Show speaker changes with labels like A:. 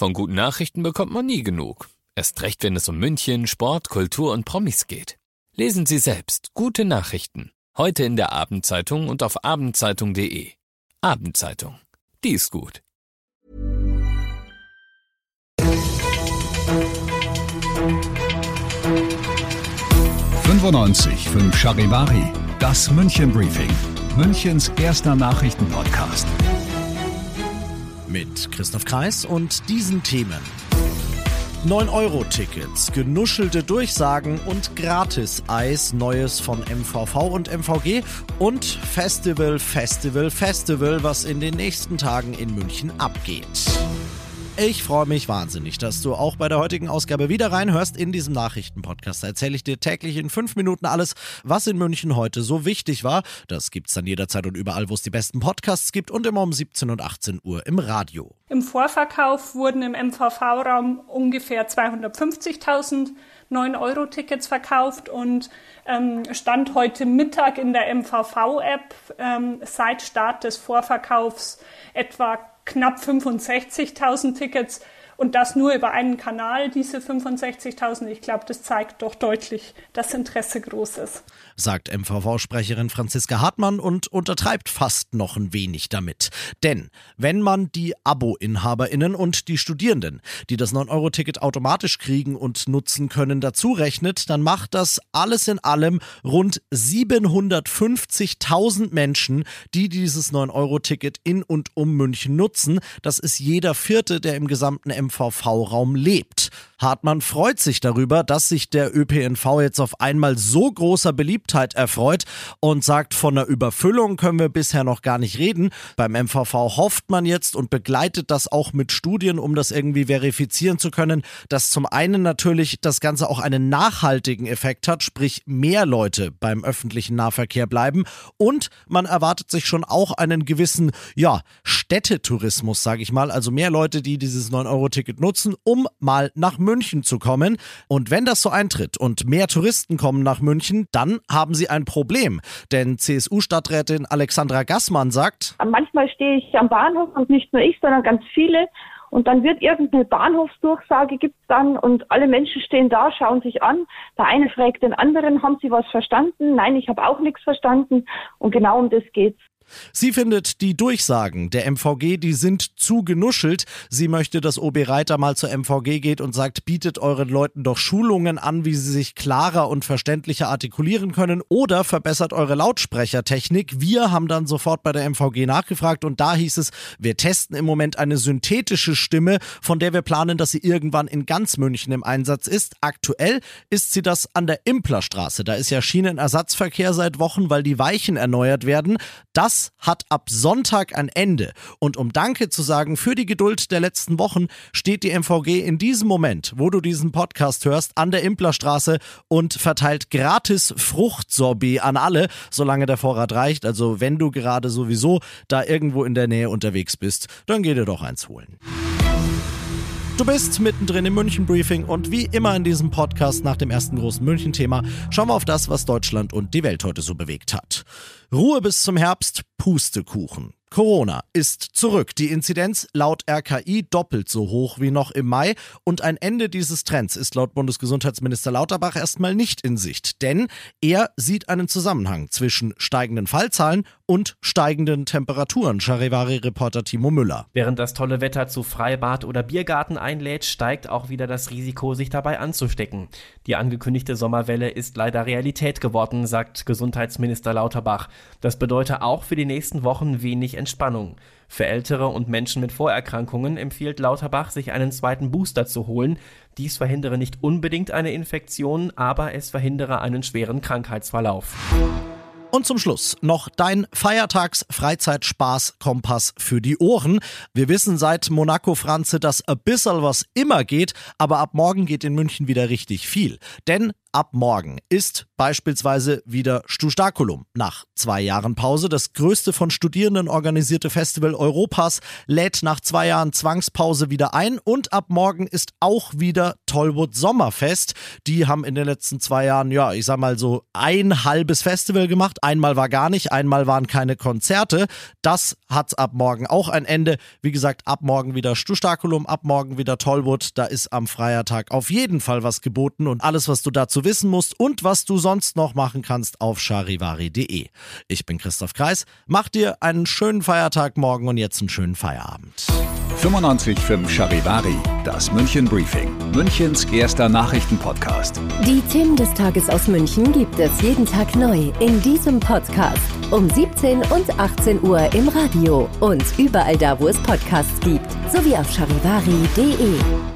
A: Von guten Nachrichten bekommt man nie genug. Erst recht, wenn es um München, Sport, Kultur und Promis geht. Lesen Sie selbst gute Nachrichten. Heute in der Abendzeitung und auf abendzeitung.de. Abendzeitung. Die ist gut.
B: 95.5 Charivari, das München Briefing, Münchens erster Nachrichtenpodcast.
C: Mit Christoph Kreis und diesen Themen. 9-Euro-Tickets, genuschelte Durchsagen und Gratis-Eis, Neues von MVV und MVG und Festival, was in den nächsten Tagen in München abgeht. Ich freue mich wahnsinnig, dass du auch bei der heutigen Ausgabe wieder reinhörst in diesem Nachrichtenpodcast. Da erzähle ich dir täglich in 5 Minuten alles, was in München heute so wichtig war. Das gibt's dann jederzeit und überall, wo es die besten Podcasts gibt und immer um 17 und 18 Uhr im Radio.
D: Im Vorverkauf wurden im MVV-Raum ungefähr 250.000 9-Euro-Tickets verkauft und Stand heute Mittag in der MVV-App seit Start des Vorverkaufs etwa knapp 65.000 Tickets und das nur über einen Kanal, diese 65.000. Ich glaube, das zeigt doch deutlich, dass Interesse groß ist.
C: Sagt MVV-Sprecherin Franziska Hartmann und untertreibt fast noch ein wenig damit. Denn wenn man die Abo-InhaberInnen und die Studierenden, die das 9-Euro-Ticket automatisch kriegen und nutzen können, dazu rechnet, dann macht das alles in allem rund 750.000 Menschen, die dieses 9-Euro-Ticket in und um München nutzen. Das ist jeder Vierte, der im gesamten MVV-Raum lebt. Hartmann freut sich darüber, dass sich der ÖPNV jetzt auf einmal so großer Beliebtheit erfreut und sagt, von einer Überfüllung können wir bisher noch gar nicht reden. Beim MVV hofft man jetzt und begleitet das auch mit Studien, um das irgendwie verifizieren zu können, dass zum einen natürlich das Ganze auch einen nachhaltigen Effekt hat, sprich mehr Leute beim öffentlichen Nahverkehr bleiben und man erwartet sich schon auch einen gewissen, Städtetourismus, sage ich mal, also mehr Leute, die dieses 9-Euro-Ticket nutzen, um mal nach München zu kommen. Und wenn das so eintritt und mehr Touristen kommen nach München, dann haben sie ein Problem. Denn CSU-Stadträtin Alexandra Gassmann sagt:
E: Manchmal stehe ich am Bahnhof und nicht nur ich, sondern ganz viele. Und dann wird irgendeine Bahnhofsdurchsage gibt's dann und alle Menschen stehen da, schauen sich an. Der eine fragt den anderen, haben Sie was verstanden? Nein, ich habe auch nichts verstanden. Und genau um das geht's.
C: Sie findet, die Durchsagen der MVG, die sind zu genuschelt. Sie möchte, dass OB Reiter mal zur MVG geht und sagt, bietet euren Leuten doch Schulungen an, wie sie sich klarer und verständlicher artikulieren können oder verbessert eure Lautsprechertechnik. Wir haben dann sofort bei der MVG nachgefragt und da hieß es, wir testen im Moment eine synthetische Stimme, von der wir planen, dass sie irgendwann in ganz München im Einsatz ist. Aktuell ist sie das an der Implerstraße. Da ist ja Schienenersatzverkehr seit Wochen, weil die Weichen erneuert werden. Das hat ab Sonntag ein Ende. Und um Danke zu sagen für die Geduld der letzten Wochen, steht die MVG in diesem Moment, wo du diesen Podcast hörst, an der Implerstraße und verteilt gratis Fruchtsorbet an alle, solange der Vorrat reicht. Also wenn du gerade sowieso da irgendwo in der Nähe unterwegs bist, dann geh dir doch eins holen. Du bist mittendrin im München-Briefing und wie immer in diesem Podcast nach dem ersten großen München-Thema schauen wir auf das, was Deutschland und die Welt heute so bewegt hat. Ruhe bis zum Herbst, Pustekuchen. Corona ist zurück. Die Inzidenz laut RKI doppelt so hoch wie noch im Mai und ein Ende dieses Trends ist laut Bundesgesundheitsminister Lauterbach erstmal nicht in Sicht, denn er sieht einen Zusammenhang zwischen steigenden Fallzahlen und steigenden Temperaturen. Charivari-Reporter Timo Müller.
F: Während das tolle Wetter zu Freibad oder Biergarten einlädt, steigt auch wieder das Risiko, sich dabei anzustecken. Die angekündigte Sommerwelle ist leider Realität geworden, sagt Gesundheitsminister Lauterbach. Das bedeutet auch für die nächsten Wochen wenig Entspannung. Für Ältere und Menschen mit Vorerkrankungen empfiehlt Lauterbach, sich einen zweiten Booster zu holen. Dies verhindere nicht unbedingt eine Infektion, aber es verhindere einen schweren Krankheitsverlauf.
C: Und zum Schluss noch dein Feiertags-Freizeitspaß-Kompass für die Ohren. Wir wissen seit Monaco-Franze, dass ein bisschen was immer geht, aber ab morgen geht in München wieder richtig viel. Denn ab morgen ist beispielsweise wieder Stustaculum. Nach 2 Jahren Pause das größte von Studierenden organisierte Festival Europas lädt nach 2 Jahren Zwangspause wieder ein und ab morgen ist auch wieder Tollwood Sommerfest. Die haben in den letzten 2 Jahren, ja, ich sag mal so ein halbes Festival gemacht. Einmal war gar nicht, einmal waren keine Konzerte. Das hat ab morgen auch ein Ende. Wie gesagt, ab morgen wieder Stustaculum, ab morgen wieder Tollwood. Da ist am Feiertag auf jeden Fall was geboten und alles, was du dazu wissen musst und was du sonst noch machen kannst auf charivari.de. Ich bin Christoph Kreis. Mach dir einen schönen Feiertag morgen und jetzt einen schönen Feierabend.
B: 95.5 Charivari, das München Briefing, Münchens erster Nachrichtenpodcast.
G: Die Themen des Tages aus München gibt es jeden Tag neu in diesem Podcast. Um 17 und 18 Uhr im Radio und überall da, wo es Podcasts gibt, sowie auf charivari.de.